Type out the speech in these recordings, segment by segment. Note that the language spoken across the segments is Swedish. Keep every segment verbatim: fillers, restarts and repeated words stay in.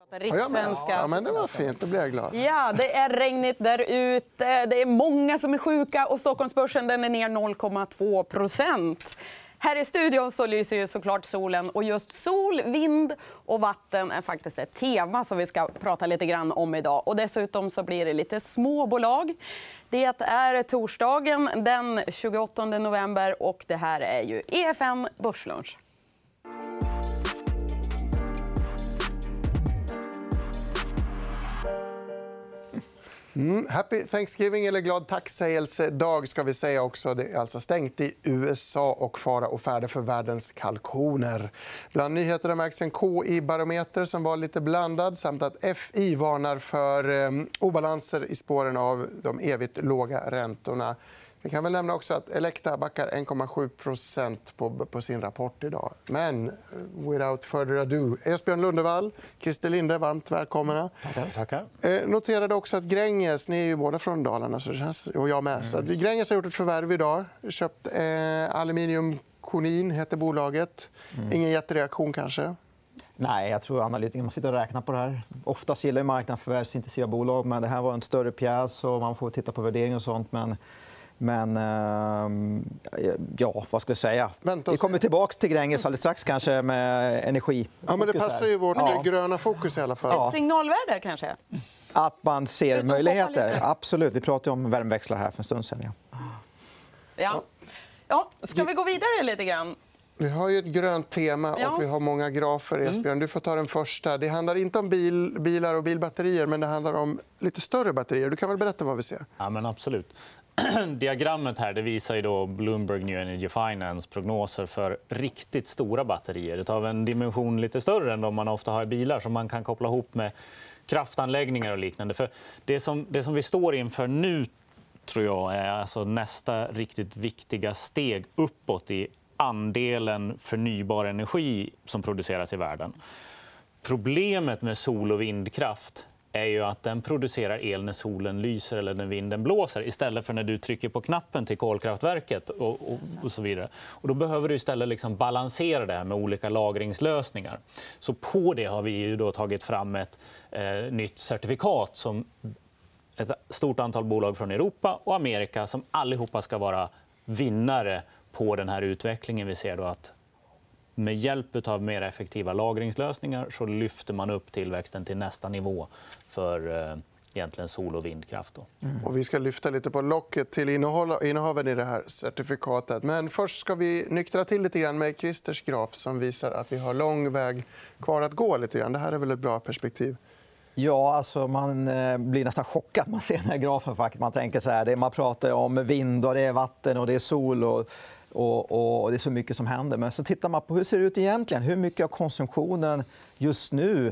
Rikssvenska. Ja, men det var fint. Då blir jag glad. Ja, det är regnigt där ute. Det är många som är sjuka och Stockholmsbörsen den är ner noll komma två procent. Här i studion så lyser ju såklart solen och just sol, vind och vatten är faktiskt ett tema som vi ska prata lite grann om idag. Och dessutom så blir det lite småbolag. Det är torsdagen den tjugoåttonde november och det här är ju E F N Börslunch. Mm, happy Thanksgiving eller glad tacksägelsedag ska vi säga också. Det är alltså stängt i U S A och fara och färde för världens kalkoner. Bland nyheterna märks en K I-barometer som var lite blandad samt att F I varnar för eh, obalanser i spåren av de evigt låga räntorna. Vi kan väl nämna också att Elekta backar en komma sju procent på, på sin rapport idag. Men without further ado, Esbjörn Lundevall, Christer Linde, varmt välkomna. Tackar. Tackar. Eh, noterade också att Gränges, ni är ju båda från Dalarna så det känns, och jag med. Så att Gränges har gjort ett förvärv idag. Köpt eh, Aluminium Konin heter bolaget. Mm. Ingen jättereaktion kanske. Nej, jag tror analytikerna sitter och räknar på det här. Oftast gillar marknaden förvärvsintensiva bolag, men det här var en större pjäs och man får titta på värdering och sånt. Men... Men ja, vad ska jag säga? Vi kommer tillbaka till Gränges alldeles strax kanske med energi. Ja, men det passar ju vårt ja. gröna fokus i alla fall. Ett signalvärde kanske? Att man ser möjligheter. Absolut. Vi pratade om värmeväxlar här för en stund sedan. Ja. Ja. Ja, ska vi gå vidare lite grann? Vi har ju ett grönt tema och vi har många grafer. Esbjörn, du får ta den första. Det handlar inte om bil, bilar och bilbatterier, men det handlar om lite större batterier. Du kan väl berätta vad vi ser? Ja, men absolut. Diagrammet här det visar ju då Bloomberg New Energy Finance prognoser för riktigt stora batterier. Det tar en dimension lite större än de man ofta har i bilar som man kan koppla ihop med kraftanläggningar och liknande. För det som, det som vi står inför nu tror jag är alltså nästa riktigt viktiga steg uppåt i andelen förnybar energi som produceras i världen. Problemet med sol- och vindkraft är ju att den producerar el när solen lyser eller när vinden blåser istället för när du trycker på knappen till kolkraftverket och, och, och så vidare. Och då behöver du istället liksom balansera det här med olika lagringslösningar. Så på det har vi ju då tagit fram ett eh, nytt certifikat som ett stort antal bolag från Europa och Amerika som allihopa ska vara vinnare på den här utvecklingen. Vi ser då att med hjälp av mer effektiva lagringslösningar så lyfter man upp tillväxten till nästa nivå för eh, egentligen sol- och vindkraft. Då. Mm. Och vi ska lyfta lite på locket till innehaven i det här certifikatet. Men först ska vi nyktra till lite grann med Christers graf som visar att vi har lång väg kvar att gå. Lite grann. Det här är väl ett bra perspektiv. Ja, alltså man blir nästan chockad när man ser den här grafen. Faktiskt. Man tänker så här, det man pratar om vind och det är vatten och det är sol och, och, och det är så mycket som händer. Men så tittar man på hur det ser ut egentligen. Hur mycket av konsumtionen just nu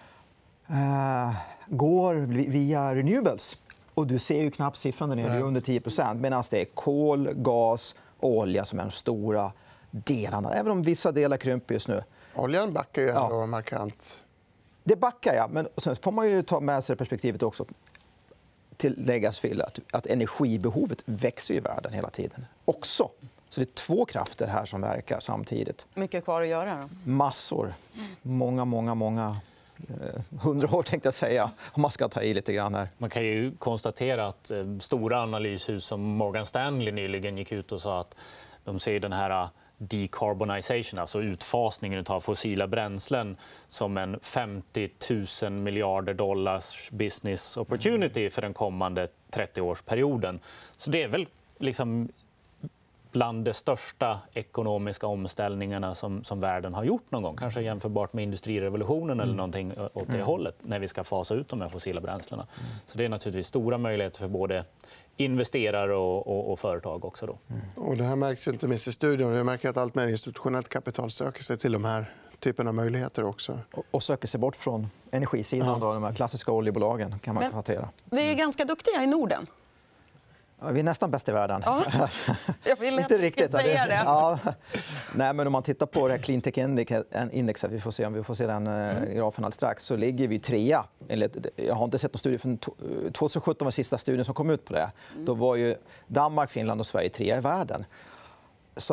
eh, går via renewables. Och du ser ju knappt siffran där nere, det är under tio procent. Medan det är kol, gas och olja som är de stora delarna. Även om vissa delar krymper just nu. Oljan backar ju ändå ja. markant. Det backar jag, men sen får man ju ta med sig det perspektivet också. Tilläggas till att, att energibehovet växer i världen hela tiden. Också. Så det är två krafter här som verkar samtidigt. Mycket kvar att göra. Då. Massor. Många, många, många eh, hundra år tänkte jag säga. Om man ska ta i lite grann här. Man kan ju konstatera att eh, stora analyshus som Morgan Stanley nyligen gick ut och sa att de ser den här decarbonization, alltså utfasningen av fossila bränslen som en femtio tusen miljarder dollars business opportunity för den kommande trettioårsperioden. Så det är väl liksom bland de största ekonomiska omställningarna som, som världen har gjort någon gång. Kanske jämförbart med industrirevolutionen eller någonting åt det hållet när vi ska fasa ut de här fossila bränslena. Så det är naturligtvis stora möjligheter för både investerare och, och, och företag också. Då. Och det här märks inte minst i studion. Vi märker att allt mer institutionellt kapital söker sig till de här typen av möjligheter också. Och söker sig bort från energisidan, då, de här klassiska oljebolagen kan man Men konstatera. vi är ganska duktiga i Norden. Ja, vi är nästan bäst i världen. Ja. Jag vill inte riktigt säga det. Ja. Nej, men om man tittar på det här Cleantech Index, vi får se om vi får se den grafen alldeles strax, så ligger vi trea. Jag har inte sett någon studie från tjugohundrasjutton var sista studien som kom ut på det. Då var ju Danmark, Finland och Sverige trea i världen. Så att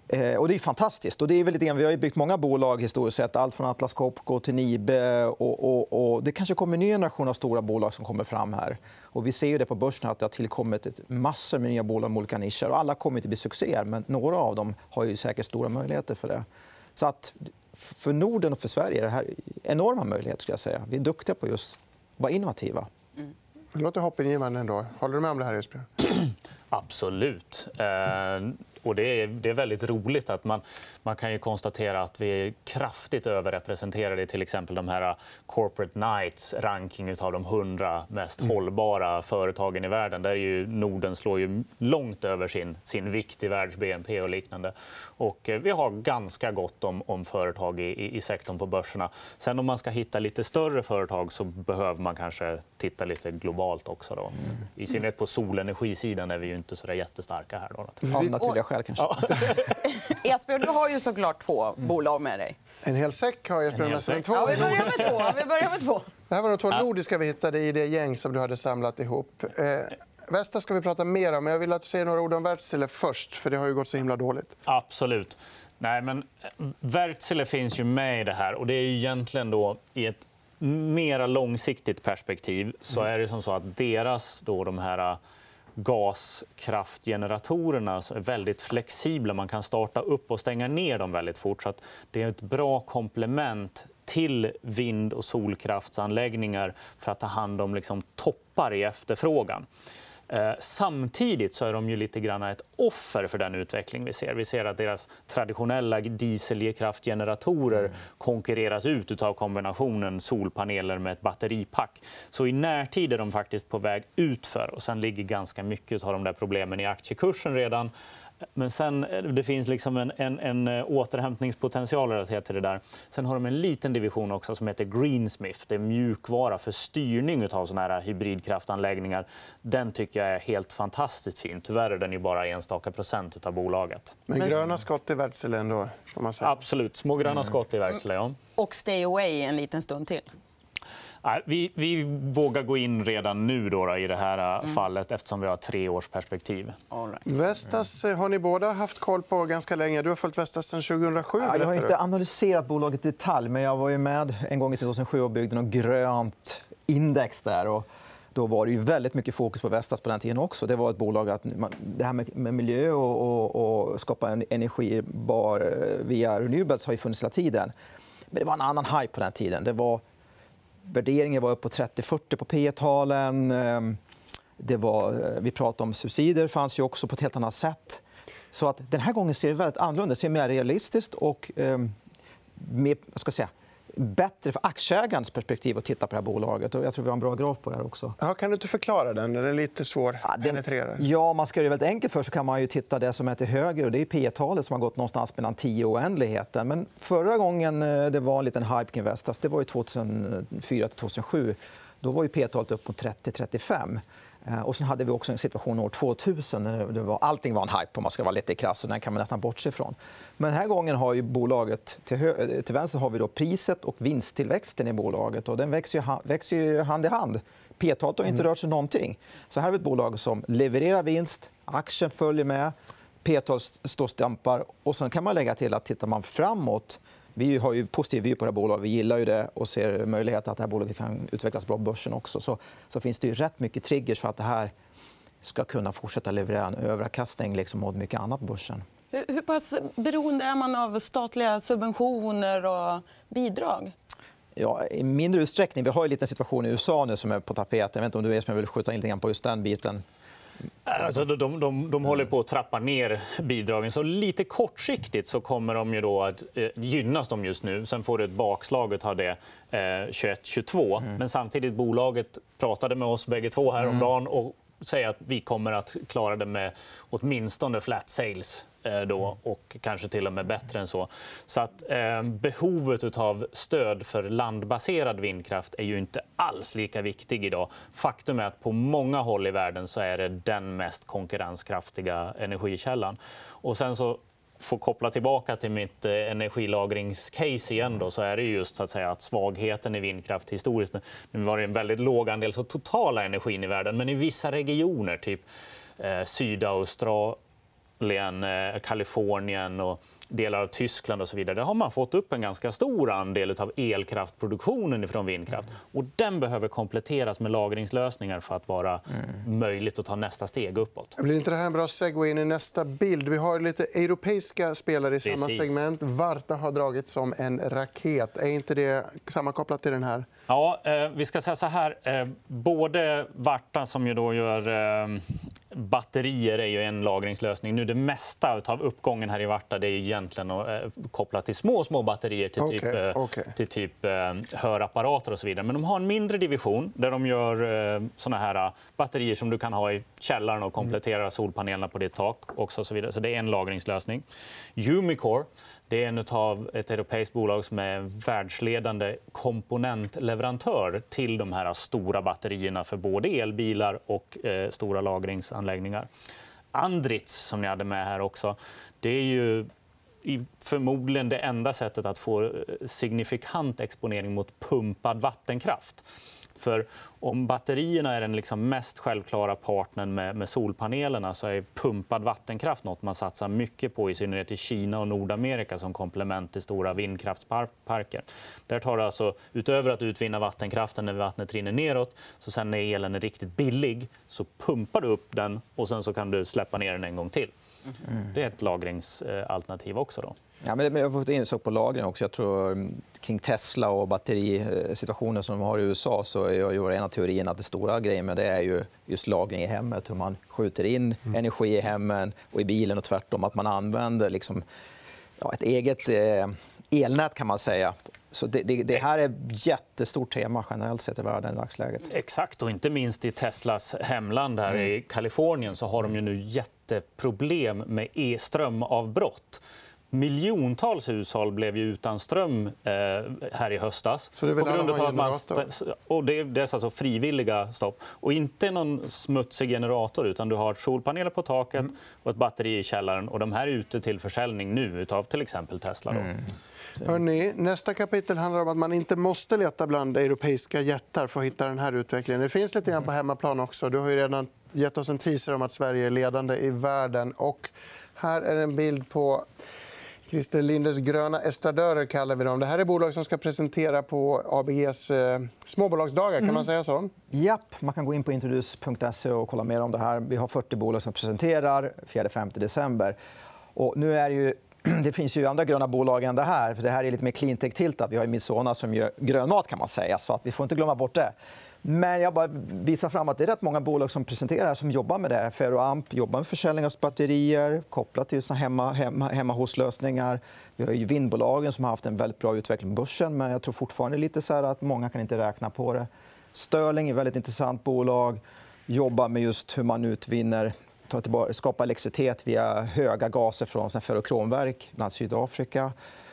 Eh, och det är fantastiskt. Och det är väl lite grann, vi har ju byggt många bolag historiskt sett. Allt från Atlas Copco till Nibe. Och, och, och det kanske kommer en ny generation av stora bolag som kommer fram här. Och vi ser ju det på börsen att det har tillkommit ett massor med nya bolag med olika nischer. Och alla kommer inte bli succéer, men några av dem har ju säkert stora möjligheter för det. Så att för Norden och för Sverige är det här enorma möjligheter. Ska jag säga. Vi är duktiga på just att vara innovativa. Mm. Det låter hoppingivande ändå. Håller du med om det här, Esbjörn? Absolut. Eh... Och det är, det är väldigt roligt att man, man kan ju konstatera att vi är kraftigt överrepresenterade i till exempel de här Corporate Knights ranking av de hundra mest mm. hållbara företagen i världen. Där är ju Norden slår ju långt över sin, sin vikt i världs-B N P och liknande. Och vi har ganska gott om, om företag i, i sektorn på börserna. Sen om man ska hitta lite större företag så behöver man kanske titta lite globalt också. Då. Mm. I synnerhet på solenergisidan är vi ju inte så där jättestarka här. Då. Av naturliga skäl. Ja. Esbjörn, du har ju såklart två bolag med dig. En hel säck har Esbjörn med sig. Ja, vi börjar med två. Vi börjar med två. Det här var de två nordiska vi hittade i det gäng som du hade samlat ihop. Eh, Vestas ska vi prata mer om, men jag vill att du säger några ord om Wärtsilä först, för det har ju gått så himla dåligt. Absolut. Nej, men Wärtsilä finns ju med i det här, och det är ju egentligen då i ett mera långsiktigt perspektiv så är det som så att deras då de här gaskraftgeneratorerna är väldigt flexibla. Man kan starta upp och stänga ner dem väldigt fort. Så att det är ett bra komplement till vind- och solkraftsanläggningar för att ta hand om liksom toppar i efterfrågan. Eh, samtidigt så är de ju lite grann ett offer för den utveckling vi ser. Vi ser att deras traditionella dieselkraftgeneratorer mm. konkurreras ut av kombinationen solpaneler med ett batteripack. Så i närtid är de faktiskt på väg utför, och sen ligger ganska mycket av de där problemen i aktiekursen redan. Men sen det finns liksom en, en, en återhämtningspotential relaterat till det där. Sen har de en liten division också som heter Greensmith. Det är mjukvara för styrning av såna här hybridkraftanläggningar. Den tycker jag är helt fantastiskt fin. Tyvärr är den ju bara enstaka procent av bolaget. Men gröna skott i Wärtsilä ändå, får man säga. Absolut, små gröna skott i Wärtsilä. Ja. Och stay away en liten stund till. Vi, vi vågar gå in redan nu då, då, i det här mm. fallet eftersom vi har tre års perspektiv. All right. Vestas har ni båda haft koll på ganska länge. Du har följt Vestas sedan tjugohundrasju. Ja, jag har inte analyserat bolaget i detalj, men jag var ju med en gång i tjugohundrasju och byggde något grönt index där. Och då var det ju väldigt mycket fokus på Vestas på den tiden också. Det var ett bolag att man, det här med, med miljö och, och, och skapa en energibar via renewables har ju funnits hela tiden. Men det var en annan hype på den tiden. Det var Värderingen var upp på trettio fyrtio på P E-talen. Det var, vi pratade om subsidier, fanns ju också på ett helt annat sätt. Så att den här gången ser det väldigt annorlunda. Det ser mer realistiskt och eh, mer, vad ska jag säga, bättre för aktieägarens perspektiv att titta på det här bolaget. Och jag tror vi har en bra graf på det här också. Ja, kan du inte förklara den? Den är lite svår att penetrera. Ja, man ska göra det väldigt enkelt för så kan man ju titta det som är till höger. Och det är P E-talet som har gått någonstans mellan tio och oändligheten. Men förra gången det var en liten hype kring Vestas, det var ju tjugohundrafyra till tjugohundrasju. Då var ju P E-talet upp på trettio till trettiofem. Och sen hade vi också en situation år tvåtusen när det var, allting var en hype om man ska vara lite krass, och den kan man nästan bortse ifrån. Men den här gången har ju bolaget till, hö- till vänster har vi då priset och vinsttillväxten i bolaget, och den växer ju, växer ju hand i hand. P E-talet har inte rört sig någonting. Så här har vi ett bolag som levererar vinst, aktien följer med, P E-talet står och stampar, och sen kan man lägga till att tittar man framåt. Vi har ju positiv vy på det här bolaget. Vi gillar ju det och ser möjlighet att det här bolaget kan utvecklas bra på börsen också. Så, så finns det ju rätt mycket triggers för att det här ska kunna fortsätta leverera en överavkastning liksom mot mycket annat på börsen. Hur, hur pass beroende är man av statliga subventioner och bidrag? Ja, i mindre utsträckning. Vi har en liten situation i U S A nu som är på tapeten. Jag vet inte om du är som jag vill skjuta in lite grann på just den biten. Alltså, de, de, de håller på att trappa ner bidragen. Så lite kortsiktigt så kommer de ju då att eh, gynnas de just nu. Sen får det ett bakslag av det eh, tjugoett tjugotvå. Mm. Men samtidigt bolaget pratade med oss bägge två häromdagen och säger att vi kommer att klara det med åtminstone flat sales då, och kanske till och med bättre än så. Så att eh, behovet av stöd för landbaserad vindkraft är ju inte alls lika viktig idag. Faktum är att på många håll i världen så är det den mest konkurrenskraftiga energikällan. Och sen så får koppla tillbaka till mitt eh, energilagringscase igen då, så är det just så att säga att svagheten i vindkraft historiskt, nu var det en väldigt låg andel så totala energin i världen, men i vissa regioner typ eh, Sydaustralien Australien, eh, Kalifornien och delar av Tyskland och så vidare. Där har man fått upp en ganska stor andel av elkraftproduktionen från vindkraft. Och den behöver kompletteras med lagringslösningar för att vara mm. möjligt att ta nästa steg uppåt. Blir inte det här en bra segway in i nästa bild? Vi har lite europeiska spelare i Precis. samma segment. Varta har dragit som en raket. Är inte det sammankopplat till den här? Ja, eh, vi ska säga så här. Eh, både Varta, som ju då gör eh, batterier, är ju en lagringslösning. Nu det mesta av uppgången här i Varta, det är egentligen eh, kopplat till små små batterier till typ, okay, eh, okay. till typ eh, hörapparater och så vidare. Men de har en mindre division där de gör eh, såna här eh, batterier som du kan ha i källaren och komplettera mm. solpanelerna på ditt tak också och så vidare. Så det är en lagringslösning. Umicore, det är en av ett europeiskt bolag som är världsledande komponentleverantör till de här stora batterierna för både elbilar och eh, stora lagringsanläggningar. Andritz, som ni hade med här också, det är ju förmodligen det enda sättet att få signifikant exponering mot pumpad vattenkraft. För om batterierna är den liksom mest självklara partnern med, med solpanelerna, så är pumpad vattenkraft något man satsar mycket på, i synnerhet i Kina och Nordamerika, som komplement till stora vindkraftsparker. Där tar det alltså, utöver att utvinna vattenkraften när vattnet rinner neråt, så sen när elen är riktigt billig så pumpar du upp den och sen så kan du släppa ner den en gång till. Mm. Det är ett lagringsalternativ också då. Ja, men jag har fått in så på lagren också. Jag tror kring Tesla och batterisituationen som de har i U S A, så är ju en av teorierna att det stora grejen med det är ju just lagring i hemmet, hur man skjuter in mm. energi i hemmen och i bilen och tvärtom, att man använder liksom, ja, ett eget eh, elnät kan man säga. Så det, det, det här är ett jättestort tema generellt sett i världen i dagsläget. Exakt, och inte minst i Teslas hemland här mm. i Kalifornien, så har de ju nu jätteproblem med e-strömavbrott. Miljontals hushåll blev ju utan ström eh, här i höstas. Så det vill på grund av att man och det, det är alltså frivilliga stopp. Och inte någon smutsig generator, utan du har solpaneler på taket mm. och ett batteri i källaren. Och de här är ute till försäljning nu av till exempel Tesla. Då. Mm. Hörrni, nästa kapitel handlar om att man inte måste leta bland europeiska jättar för att hitta den här utvecklingen. Det finns lite grann på hemmaplan också. Du har ju redan gett oss en teaser om att Sverige är ledande i världen. Och här är en bild på Christer Lindes gröna estradörer, kallar vi dem. Det här är bolag som ska presentera på A B G:s eh, småbolagsdagar. Kan man säga så? Japp, man kan gå in på introduce punkt se och kolla mer om det här. Vi har fyrtio bolag som presenterar fjärde till femte december. Och nu är det ju det finns ju andra gröna bolag än det här. För det här är lite mer cleantech-tiltat. Vi har ju Mizona som gör grön mat, kan man säga. Så att vi får inte glömma bort det. Men jag bara visar fram att det är rätt många bolag som presenterar som jobbar med det. Ferroamp jobbar med försäljning av batterier kopplat till hemma, hemma, hemma hos-lösningar. Vi har ju vindbolagen som har haft en väldigt bra utveckling på börsen, men jag tror fortfarande lite så här att många kan inte räkna på det. Sterling är ett väldigt intressant bolag. Jobbar med just hur man utvinner, tar tillbaka, skapar elektricitet via höga gaser från ferrokromverk bland Sydafrika.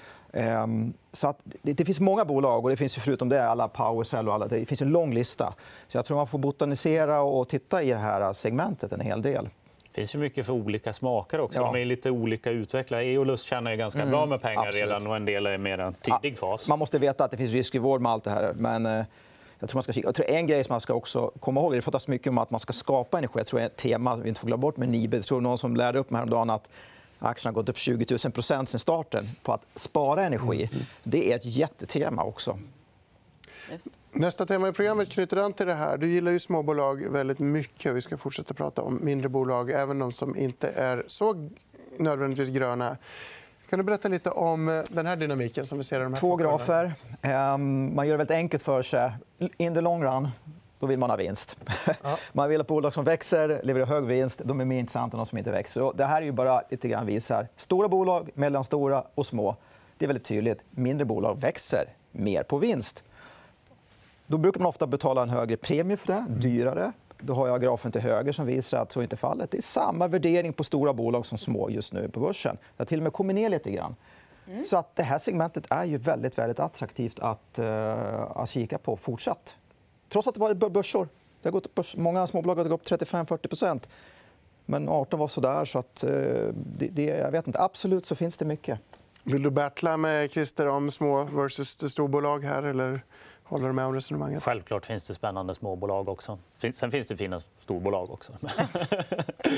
Så att det finns många bolag, och det finns förutom det alla PowerCell och alla, det finns en lång lista. Så jag tror man får botanisera och titta i det här segmentet en hel del. Det finns ju mycket för olika smaker också. Ja. De är lite olika utvecklare. Eolus tjänar ju ganska mm, bra med pengar absolut. redan, och en del är mer en tidig fas. Man måste veta att det finns riskreward med allt det här, men jag tror man ska kika. Jag tror en grej som man ska också komma ihåg, det pratas mycket om att man ska skapa energi. Jag tror det är ett tema vi inte får glömma bort med Nibe. Jag tror någon som lärde upp mig häromdagen att aktien har gått upp tjugo tusen procent sen starten på att spara energi. Mm. Det är ett jättetema också. Just. Nästa tema i programmet knyter an till det här. Du gillar ju småbolag väldigt mycket. Vi ska fortsätta prata om mindre bolag, även de som inte är så nödvändigtvis gröna. Kan du berätta lite om den här dynamiken som vi ser i de här två grafer? Man gör det väldigt enkelt för sig. In the long run, då vill man ha vinst. Ja. Man vill ha bolag som växer, levererar hög vinst. De är mer intressanta än de som inte växer. Och det här är ju bara lite grann visar. Stora bolag, mellanstora och små. Det är väldigt tydligt. Mindre bolag växer mer på vinst. Då brukar man ofta betala en högre premie för det, dyrare. Då har jag grafen till höger som visar att så inte är fallet. Det är samma värdering på stora bolag som små just nu på börsen. Det har till och med kommit ner lite grann. Mm. Så att det här segmentet är ju väldigt, väldigt attraktivt att, uh, att kika på fortsatt. Trots att det var börsor. Det har gått börs. Många småbolag har gått upp trettiofem till fyrtio procent. Men arton var så där. Så att, uh, det, det, jag vet inte. Absolut så finns det mycket. Vill du battla med Christer om små versus storbolag här? Eller håller du med om resonemanget? Självklart finns det spännande småbolag också. Sen finns det fina storbolag också.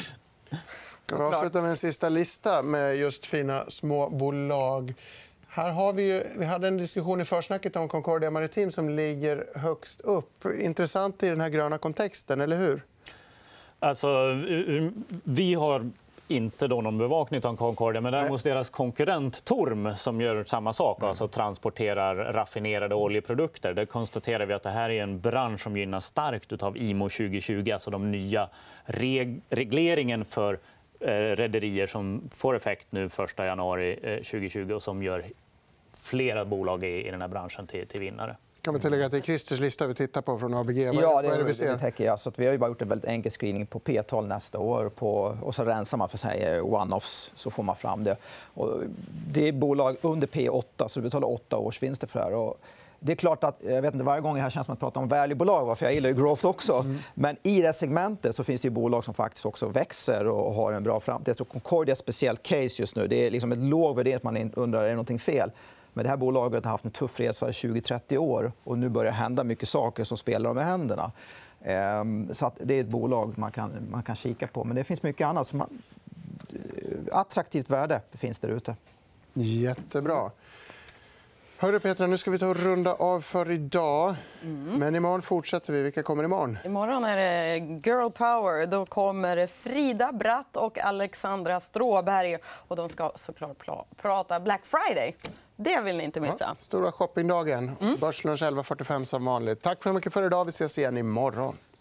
Ska vi avsluta med en sista lista med just fina små bolag. Här har vi, ju, vi hade en diskussion i försnacket om Concordia Maritim som ligger högst upp. Intressant i den här gröna kontexten, eller hur? Alltså, vi har inte då någon bevakning av Concordia, men däremot deras konkurrent Torm som gör samma sak, alltså transporterar raffinerade oljeprodukter. Där konstaterar vi att det här är en bransch som gynnas starkt av I M O tjugo tjugo, alltså de nya reg- regleringen för eh, rederier som får effekt nu första januari tjugo tjugo och som gör flera bolag i, i den här branschen till, till vinnare. Kan man tillägga att det är Christers lista vi tittar på från A B G? Ja, det Vad är är det vi det ser? vi täcker. Alltså att vi har ju bara gjort en väldigt enkel screening på P tal nästa år. På, och så rensar man för sig one-offs, så får man fram det. Och det är bolag under P åtta, så du betalar åtta års vinster för det här. Och det är klart att, jag vet inte, varje gång jag här känns som att prata om value-bolag, för jag gillar ju growth också. Mm. Men i det här segmentet så finns det ju bolag som faktiskt också växer och har en bra framtid. Så Concordia är ett speciellt case just nu. Det är liksom ett låg värdering, man undrar är det någonting fel. Men det här bolaget har haft en tuff resa i tjugo till trettio år och nu börjar hända mycket saker som spelar med händerna. Så att det är ett bolag man kan, man kan kika på. Men det finns mycket annat. Som man, attraktivt värde finns där ute. Jättebra. Hörru Petra, nu ska vi ta och runda av för idag. Mm. Men imorgon fortsätter vi. Vilka kommer imorgon? Imorgon är det Girl Power. Då kommer Frida Bratt och Alexandra Stråberg. Och de ska såklart prata Black Friday. Det vill ni inte missa. Ja, stora shoppingdagen. Mm. Börslunch elva fyrtiofem som vanligt. Tack för mycket för idag. Vi ses igen imorgon.